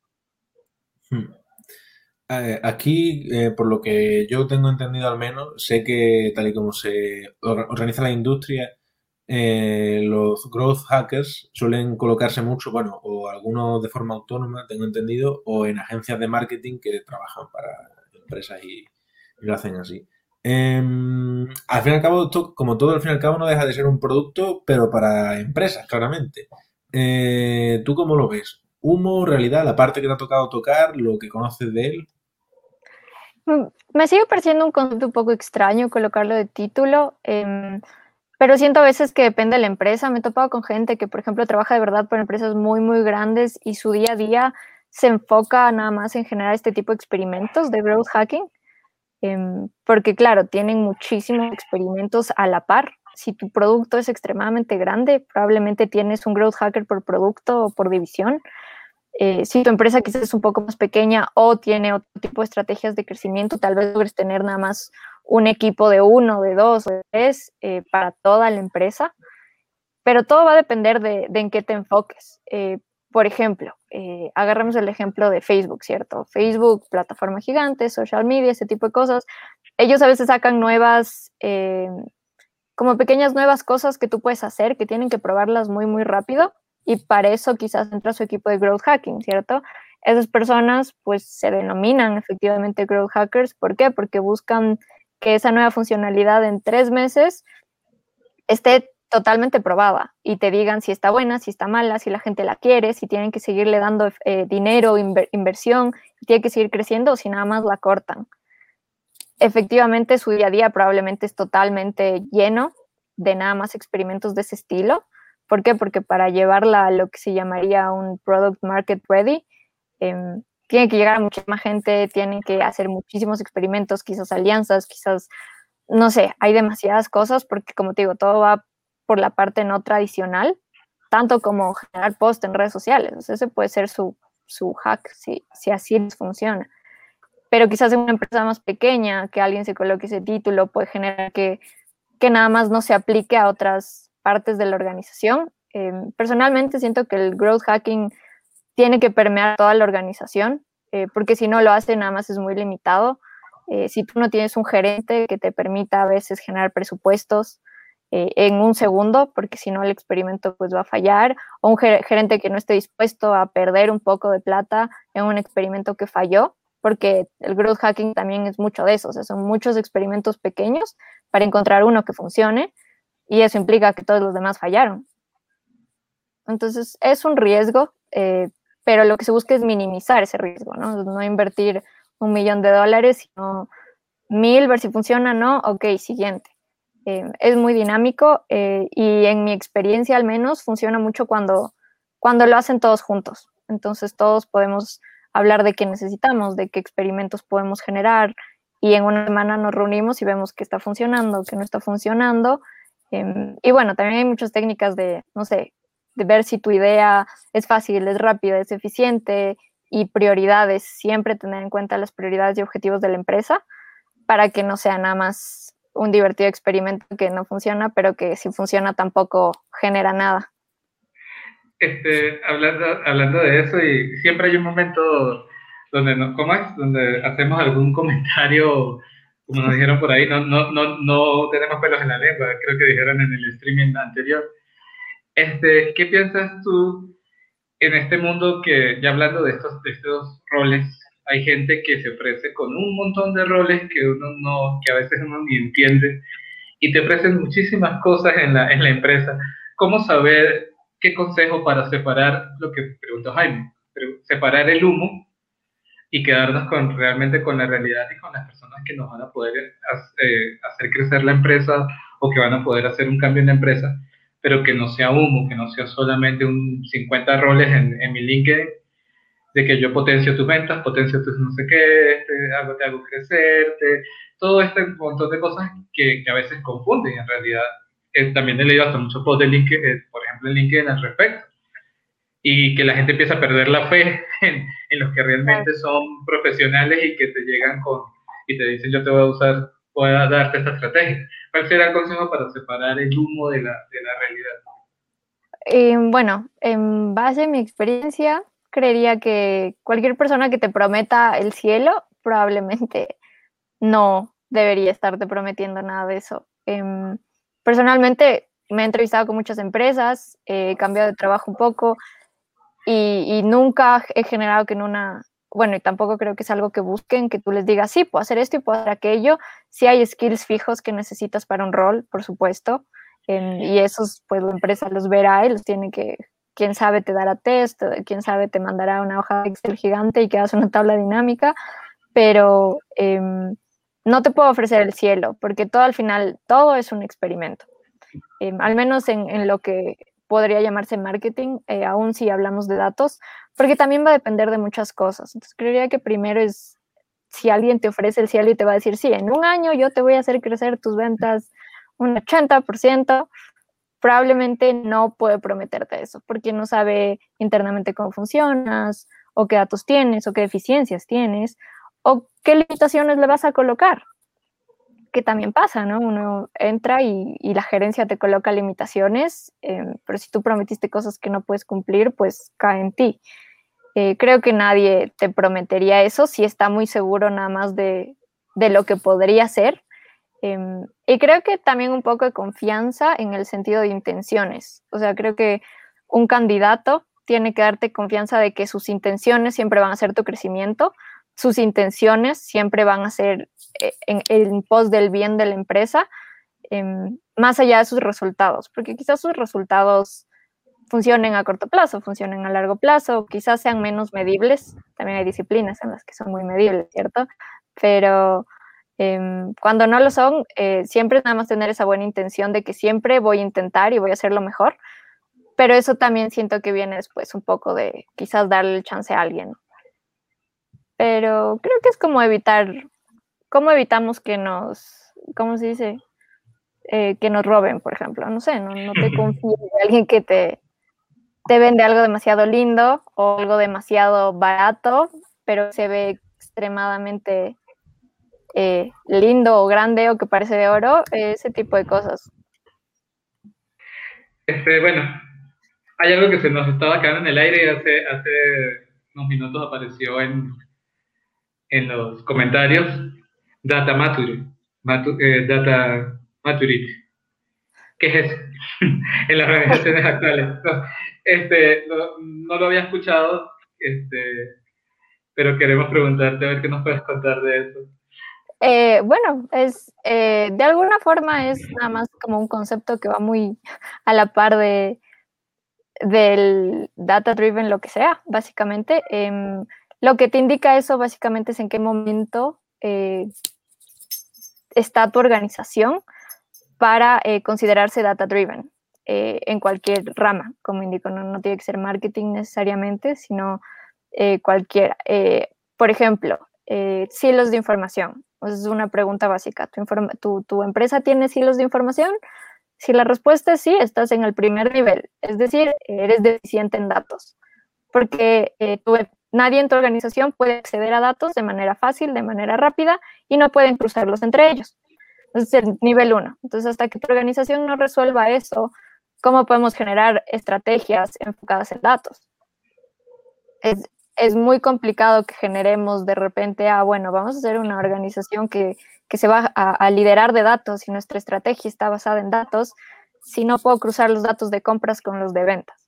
Aquí, por lo que yo tengo entendido al menos, sé que tal y como se organiza la industria, los growth hackers suelen colocarse mucho, bueno, o algunos de forma autónoma, tengo entendido, o en agencias de marketing que trabajan para empresas y lo hacen así. Al fin y al cabo, como todo al fin y al cabo no deja de ser un producto, pero para empresas, claramente. ¿Tú cómo lo ves? ¿Humo, realidad, la parte que te ha tocado tocar, lo que conoces de él? Me sigue pareciendo un concepto un poco extraño colocarlo de título, pero siento a veces que depende de la empresa. Me he topado con gente que, por ejemplo, trabaja de verdad por empresas muy, muy grandes y su día a día se enfoca nada más en generar este tipo de experimentos de growth hacking, porque, claro, tienen muchísimos experimentos a la par. Si tu producto es extremadamente grande, probablemente tienes un growth hacker por producto o por división. Si tu empresa quizás es un poco más pequeña o tiene otro tipo de estrategias de crecimiento, tal vez logres tener nada más un equipo de 1, de 2, de 3 para toda la empresa, pero todo va a depender de en qué te enfoques. Por ejemplo, agarramos el ejemplo de Facebook, ¿cierto? Facebook, plataforma gigante, social media, ese tipo de cosas. Ellos a veces sacan nuevas, como pequeñas nuevas cosas que tú puedes hacer, que tienen que probarlas muy, muy rápido, y para eso quizás entra su equipo de growth hacking, ¿cierto? Esas personas pues se denominan efectivamente growth hackers. ¿Por qué? Porque buscan que esa nueva funcionalidad en 3 meses esté totalmente probada y te digan si está buena, si está mala, si la gente la quiere, si tienen que seguirle dando dinero, inversión, si tiene que seguir creciendo o si nada más la cortan. Efectivamente, su día a día probablemente es totalmente lleno de nada más experimentos de ese estilo. ¿Por qué? Porque para llevarla a lo que se llamaría un product market ready, tiene que llegar a mucha más gente, tienen que hacer muchísimos experimentos, quizás alianzas, quizás, no sé, hay demasiadas cosas porque, como te digo, todo va por la parte no tradicional, tanto como generar post en redes sociales. O sea, ese puede ser su hack, si así les funciona. Pero quizás en una empresa más pequeña, que alguien se coloque ese título, puede generar que nada más no se aplique a otras partes de la organización. Personalmente siento que el growth hacking tiene que permear toda la organización, porque si no lo hace, nada más es muy limitado. Si tú no tienes un gerente que te permita a veces generar presupuestos en un segundo, porque si no el experimento pues va a fallar, o un gerente que no esté dispuesto a perder un poco de plata en un experimento que falló, porque el growth hacking también es mucho de eso, o sea, son muchos experimentos pequeños para encontrar uno que funcione, y eso implica que todos los demás fallaron. Entonces es un riesgo, pero lo que se busca es minimizar ese riesgo, ¿no? No invertir $1.000.000, sino 1,000, ver si funciona, ¿no? Ok, siguiente. Es muy dinámico y en mi experiencia al menos funciona mucho cuando lo hacen todos juntos. Entonces todos podemos hablar de qué necesitamos, de qué experimentos podemos generar, y en una semana nos reunimos y vemos qué está funcionando, qué no está funcionando. Y bueno, también hay muchas técnicas de, no sé, de ver si tu idea es fácil, es rápida, es eficiente, y prioridades, siempre tener en cuenta las prioridades y objetivos de la empresa para que no sea nada más un divertido experimento que no funciona, pero que si funciona tampoco genera nada. Hablando de eso, y siempre hay un momento donde donde hacemos algún comentario, como nos dijeron por ahí, no tenemos pelos en la lengua, creo que dijeron en el streaming anterior. ¿Qué piensas tú en este mundo que, ya hablando de estos roles, hay gente que se ofrece con un montón de roles que a veces uno ni entiende, y te ofrecen muchísimas cosas en la empresa? ¿Cómo saber qué consejo para separar lo que preguntó Jaime? Separar el humo y quedarnos realmente con la realidad y con las personas que nos van a poder hacer crecer la empresa, o que van a poder hacer un cambio en la empresa, pero que no sea humo, que no sea solamente 50 roles en mi LinkedIn, de que yo potencio tus ventas, potencio tus no sé qué, te hago crecer, todo este montón de cosas que a veces confunden en realidad. También he leído hasta muchos posts de LinkedIn, por ejemplo en LinkedIn al respecto, y que la gente empieza a perder la fe en los que realmente son profesionales y que te llegan y te dicen yo te voy a darte esta estrategia. ¿Cuál será el consejo para separar el humo de la realidad? Bueno, en base a mi experiencia, creería que cualquier persona que te prometa el cielo probablemente no debería estarte prometiendo nada de eso. Personalmente me he entrevistado con muchas empresas, he cambiado de trabajo un poco, y nunca he generado que bueno, y tampoco creo que es algo que busquen, que tú les digas, sí, puedo hacer esto y puedo hacer aquello. Sí hay skills fijos que necesitas para un rol, por supuesto, y esos, pues la empresa los verá y los tiene que, quién sabe, te dará test, quién sabe, te mandará una hoja de Excel gigante y que hagas una tabla dinámica, pero no te puedo ofrecer el cielo, porque todo al final, todo es un experimento. Al menos en lo que podría llamarse marketing, aún si hablamos de datos, porque también va a depender de muchas cosas. Entonces, creería que primero es, si alguien te ofrece el cielo y te va a decir, sí, en un año yo te voy a hacer crecer tus ventas un 80%, probablemente no puede prometerte eso, porque no sabe internamente cómo funcionas, o qué datos tienes, o qué deficiencias tienes, o qué limitaciones le vas a colocar. que también pasa, ¿no? Uno entra y la gerencia te coloca limitaciones, pero si tú prometiste cosas que no puedes cumplir, pues cae en ti. Creo que nadie te prometería eso si está muy seguro nada más de lo que podría ser. Y creo que también un poco de confianza en el sentido de intenciones. O sea, creo que un candidato tiene que darte confianza de que sus intenciones siempre van a ser tu crecimiento, sus intenciones siempre van a ser en pos del bien de la empresa, más allá de sus resultados, porque quizás sus resultados funcionen a corto plazo, funcionen a largo plazo, quizás sean menos medibles. También hay disciplinas en las que son muy medibles, ¿cierto? Pero cuando no lo son, siempre es nada más tener esa buena intención de que siempre voy a intentar y voy a hacer lo mejor, pero eso también siento que viene después un poco de quizás darle el chance a alguien. Pero creo que es como ¿cómo evitamos que ¿cómo se dice? Que nos roben, por ejemplo. No sé, no te confíes de alguien que te vende algo demasiado lindo o algo demasiado barato, pero se ve extremadamente lindo o grande o que parece de oro, ese tipo de cosas. Bueno, hay algo que se nos estaba quedando en el aire y hace unos minutos apareció en los comentarios. Data maturity. ¿Qué es eso? En las organizaciones actuales. No lo había escuchado, pero queremos preguntarte a ver qué nos puedes contar de eso. Bueno, de alguna forma es nada más como un concepto que va muy a la par del data driven, lo que sea, básicamente. Lo que te indica eso básicamente es en qué momento está tu organización para considerarse data driven en cualquier rama, como indico, no tiene que ser marketing necesariamente, sino cualquiera. Por ejemplo, silos de información. Es una pregunta básica. ¿Tu empresa tiene silos de información? Si la respuesta es sí, estás en el primer nivel, es decir, eres deficiente en datos, porque nadie en tu organización puede acceder a datos de manera fácil, de manera rápida, y no pueden cruzarlos entre ellos. Entonces, el nivel 1. Entonces, hasta que tu organización no resuelva eso, ¿cómo podemos generar estrategias enfocadas en datos? Es muy complicado que generemos de repente, bueno, vamos a hacer una organización que se va a liderar de datos y nuestra estrategia está basada en datos, si no puedo cruzar los datos de compras con los de ventas.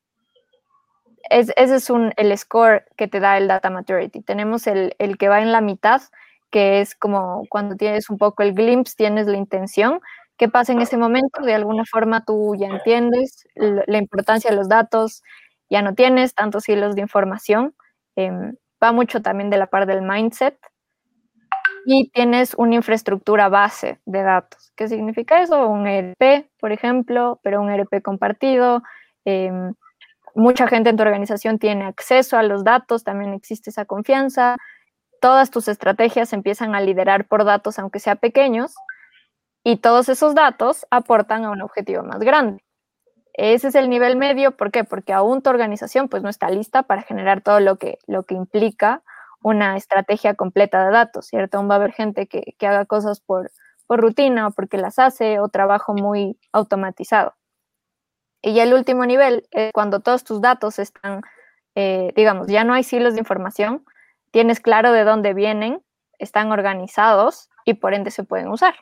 Ese es el score que te da el Data Maturity. Tenemos el que va en la mitad, que es como cuando tienes un poco el glimpse, tienes la intención. ¿Qué pasa en ese momento? De alguna forma tú ya entiendes la importancia de los datos, ya no tienes tantos hilos de información. Va mucho también de la par del mindset. Y tienes una infraestructura base de datos. ¿Qué significa eso? Un ERP, por ejemplo, pero un ERP compartido. Mucha gente en tu organización tiene acceso a los datos, también existe esa confianza. Todas tus estrategias empiezan a liderar por datos, aunque sean pequeños, y todos esos datos aportan a un objetivo más grande. Ese es el nivel medio. ¿Por qué? Porque aún tu organización pues, no está lista para generar todo lo que implica una estrategia completa de datos, ¿cierto? Aún va a haber gente que haga cosas por rutina o porque las hace, o trabajo muy automatizado. Y ya el último nivel es cuando todos tus datos están, digamos, ya no hay silos de información, tienes claro de dónde vienen, están organizados y por ende se pueden usar.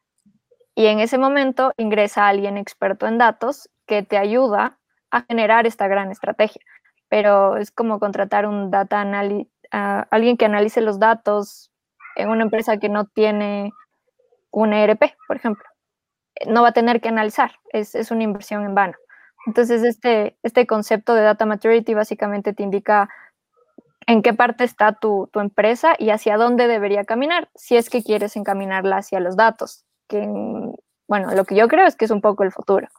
Y en ese momento ingresa alguien experto en datos que te ayuda a generar esta gran estrategia. Pero es como contratar un data analyst, alguien que analice los datos en una empresa que no tiene un ERP, por ejemplo. No va a tener que analizar, es una inversión en vano. Entonces, este concepto de Data Maturity básicamente te indica en qué parte está tu empresa y hacia dónde debería caminar, si es que quieres encaminarla hacia los datos, que, bueno, lo que yo creo es que es un poco el futuro.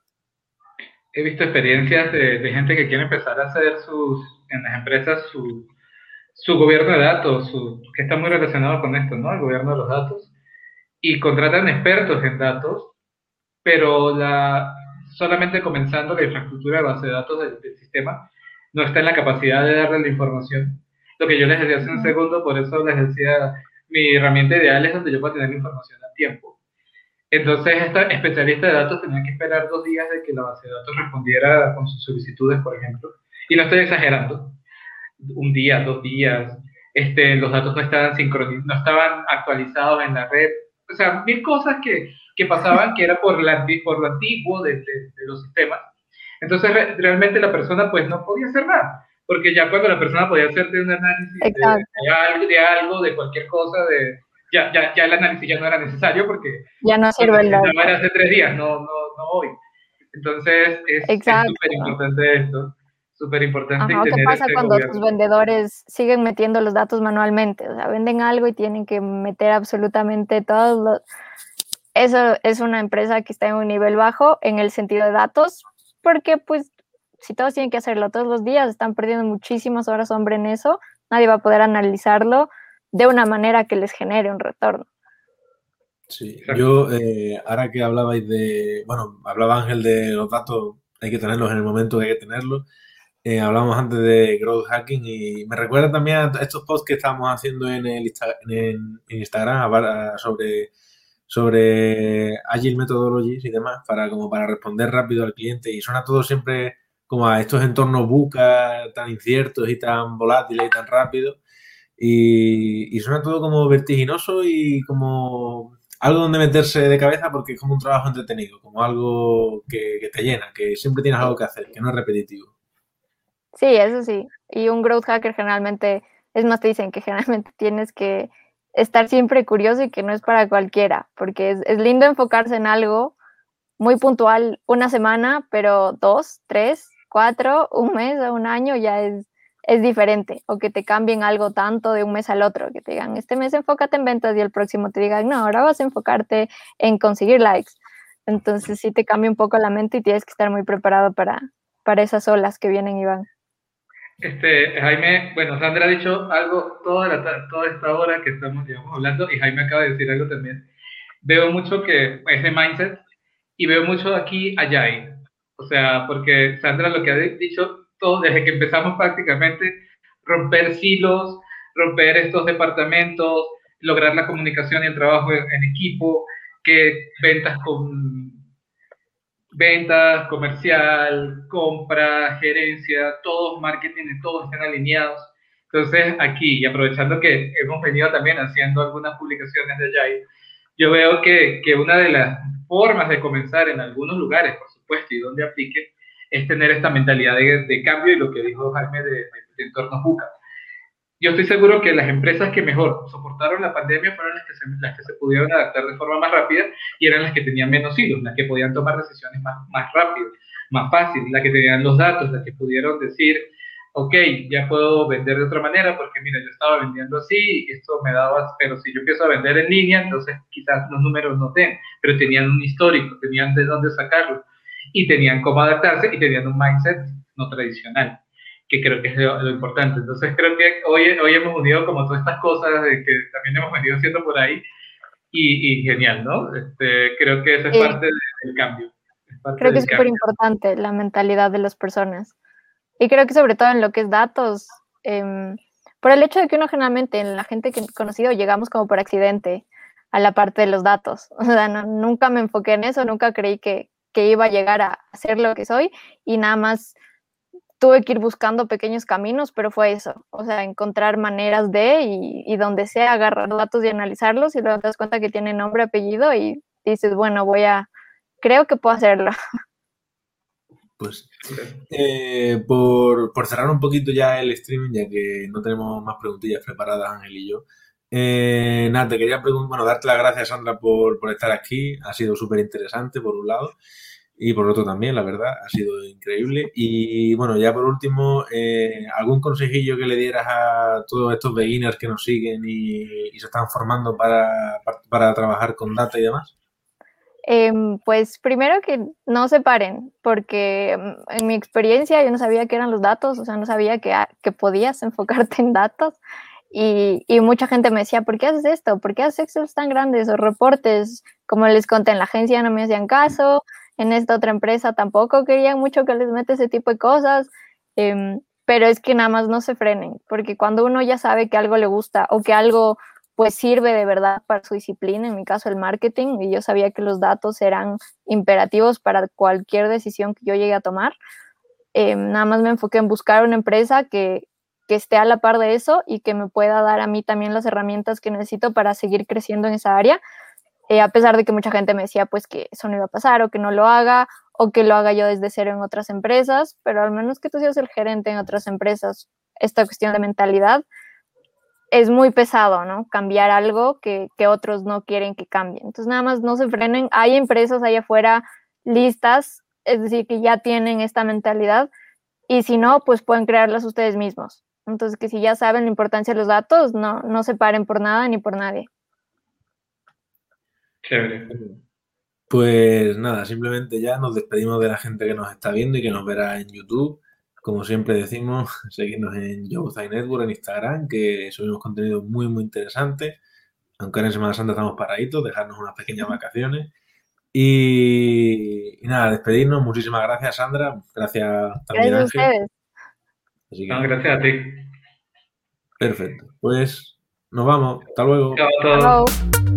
He visto experiencias de gente que quiere empezar a hacer en las empresas su gobierno de datos, que está muy relacionado con esto, ¿no? El gobierno de los datos. Y contratan expertos en datos, pero solamente comenzando la infraestructura de base de datos del sistema no está en la capacidad de darle la información. Lo que yo les decía hace un segundo, por eso les decía, mi herramienta ideal es donde yo pueda tener la información a tiempo. Entonces, esta especialista de datos tenía que esperar 2 días de que la base de datos respondiera con sus solicitudes, por ejemplo. Y no estoy exagerando. 1 día, 2 días. Los datos no estaban no estaban actualizados en la red. O sea, 1000 cosas que pasaban que era por lo antiguo de los sistemas. Entonces, realmente la persona pues no podía hacer nada. Porque ya cuando la persona podía hacerte un análisis de algo, de cualquier cosa, ya el análisis ya no era necesario porque ya no sirve el dato. Era hace 3 días, no hoy. Entonces es súper importante esto, súper importante. Ajá, ¿qué pasa cuando tus vendedores siguen metiendo los datos manualmente? O sea, venden algo y tienen que meter absolutamente todos los... Eso es una empresa que está en un nivel bajo en el sentido de datos, porque pues si todos tienen que hacerlo todos los días, están perdiendo muchísimas horas hombre en eso, nadie va a poder analizarlo de una manera que les genere un retorno. Sí, yo, ahora que hablabais hablaba Ángel de los datos, hay que tenerlos en el momento que hay que tenerlos. Hablábamos antes de growth hacking y me recuerda también a estos posts que estábamos haciendo en Instagram sobre Agile Methodologies y demás para responder rápido al cliente, y suena todo siempre como a estos entornos VUCA tan inciertos y tan volátiles y tan rápidos, y suena todo como vertiginoso y como algo donde meterse de cabeza, porque es como un trabajo entretenido, como algo que te llena, que siempre tienes algo que hacer, que no es repetitivo. Sí, eso sí. Y un growth hacker generalmente, es más, te dicen que generalmente tienes que estar siempre curioso y que no es para cualquiera, porque es lindo enfocarse en algo muy puntual una semana, pero 2, 3, 4, un mes o un año ya es diferente, o que te cambien algo tanto de un mes al otro, que te digan, este mes enfócate en ventas y el próximo te digan, no, ahora vas a enfocarte en conseguir likes. Entonces sí te cambia un poco la mente y tienes que estar muy preparado para esas olas que vienen y van. Jaime, Sandra ha dicho algo toda esta hora que estamos, hablando, y Jaime acaba de decir algo también. Veo mucho que ese mindset, y veo mucho aquí Agile. O sea, porque Sandra lo que ha dicho todo desde que empezamos prácticamente, romper silos, romper estos departamentos, lograr la comunicación y el trabajo en equipo, que ventas, comercial, compra, gerencia, todos marketing, todos estén alineados. Entonces aquí, y aprovechando que hemos venido también haciendo algunas publicaciones de Agile, yo veo que una de las formas de comenzar en algunos lugares, por supuesto, y donde aplique, es tener esta mentalidad de cambio, y lo que dijo Jaime de entornos VUCA. Yo estoy seguro que las empresas que mejor soportaron la pandemia fueron las que se pudieron adaptar de forma más rápida, y eran las que tenían menos hilos, las que podían tomar decisiones más rápido, más fácil, las que tenían los datos, las que pudieron decir, ok, ya puedo vender de otra manera porque mira, yo estaba vendiendo así, esto me daba, pero si yo empiezo a vender en línea, entonces quizás los números no den, pero tenían un histórico, tenían de dónde sacarlo, y tenían cómo adaptarse, y tenían un mindset no tradicional, que creo que es lo importante. Entonces creo que hoy hemos unido como todas estas cosas de que también hemos venido haciendo por ahí, y genial, ¿no? Creo que eso es parte del cambio. Creo que es súper importante la mentalidad de las personas. Y creo que sobre todo en lo que es datos, por el hecho de que uno generalmente, en la gente que he conocido, llegamos como por accidente a la parte de los datos. O sea, nunca me enfoqué en eso, nunca creí que iba a llegar a ser lo que soy, y nada más tuve que ir buscando pequeños caminos, pero fue eso, o sea, encontrar maneras y donde sea agarrar datos y analizarlos, y luego te das cuenta que tiene nombre, apellido, y dices, bueno, creo que puedo hacerlo. Pues por cerrar un poquito ya el streaming, ya que no tenemos más preguntillas preparadas, Ángel y yo, nada, te quería darte las gracias, Sandra, por estar aquí. Ha sido súper interesante por un lado, y por otro también, la verdad, ha sido increíble. Y bueno, ya por último, ¿algún consejillo que le dieras a todos estos beginners que nos siguen y se están formando para trabajar con data y demás? Pues primero que no se paren, porque en mi experiencia yo no sabía qué eran los datos, o sea, no sabía que podías enfocarte en datos, y mucha gente me decía, ¿por qué haces esto? ¿Por qué haces Excel tan grandes o reportes? Como les conté, en la agencia no me hacían caso, en esta otra empresa tampoco querían mucho que les meta ese tipo de cosas, pero es que nada más no se frenen, porque cuando uno ya sabe que algo le gusta o que algo pues sirve de verdad para su disciplina, en mi caso el marketing, y yo sabía que los datos eran imperativos para cualquier decisión que yo llegue a tomar. Nada más me enfoqué en buscar una empresa que esté a la par de eso y que me pueda dar a mí también las herramientas que necesito para seguir creciendo en esa área, a pesar de que mucha gente me decía pues que eso no iba a pasar o que no lo haga o que lo haga yo desde cero en otras empresas, pero al menos que tú seas el gerente en otras empresas, esta cuestión de mentalidad es muy pesado, ¿no? Cambiar algo que otros no quieren que cambie. Entonces, nada más no se frenen. Hay empresas allá afuera listas, es decir, que ya tienen esta mentalidad, y si no, pues pueden crearlas ustedes mismos. Entonces, que si ya saben la importancia de los datos, no se paren por nada ni por nadie. Chévere. Pues nada, simplemente ya nos despedimos de la gente que nos está viendo y que nos verá en YouTube. Como siempre decimos, seguirnos en YoSci Network en Instagram, que subimos contenido muy, muy interesante. Aunque ahora en Semana Santa estamos paraditos, dejarnos unas pequeñas vacaciones. Y nada, despedirnos. Muchísimas gracias, Sandra. Gracias también, Gracias a Ángel. ustedes. Así que, No, gracias a ti. perfecto. Pues nos vamos. Hasta luego. Chao a todos. Hello.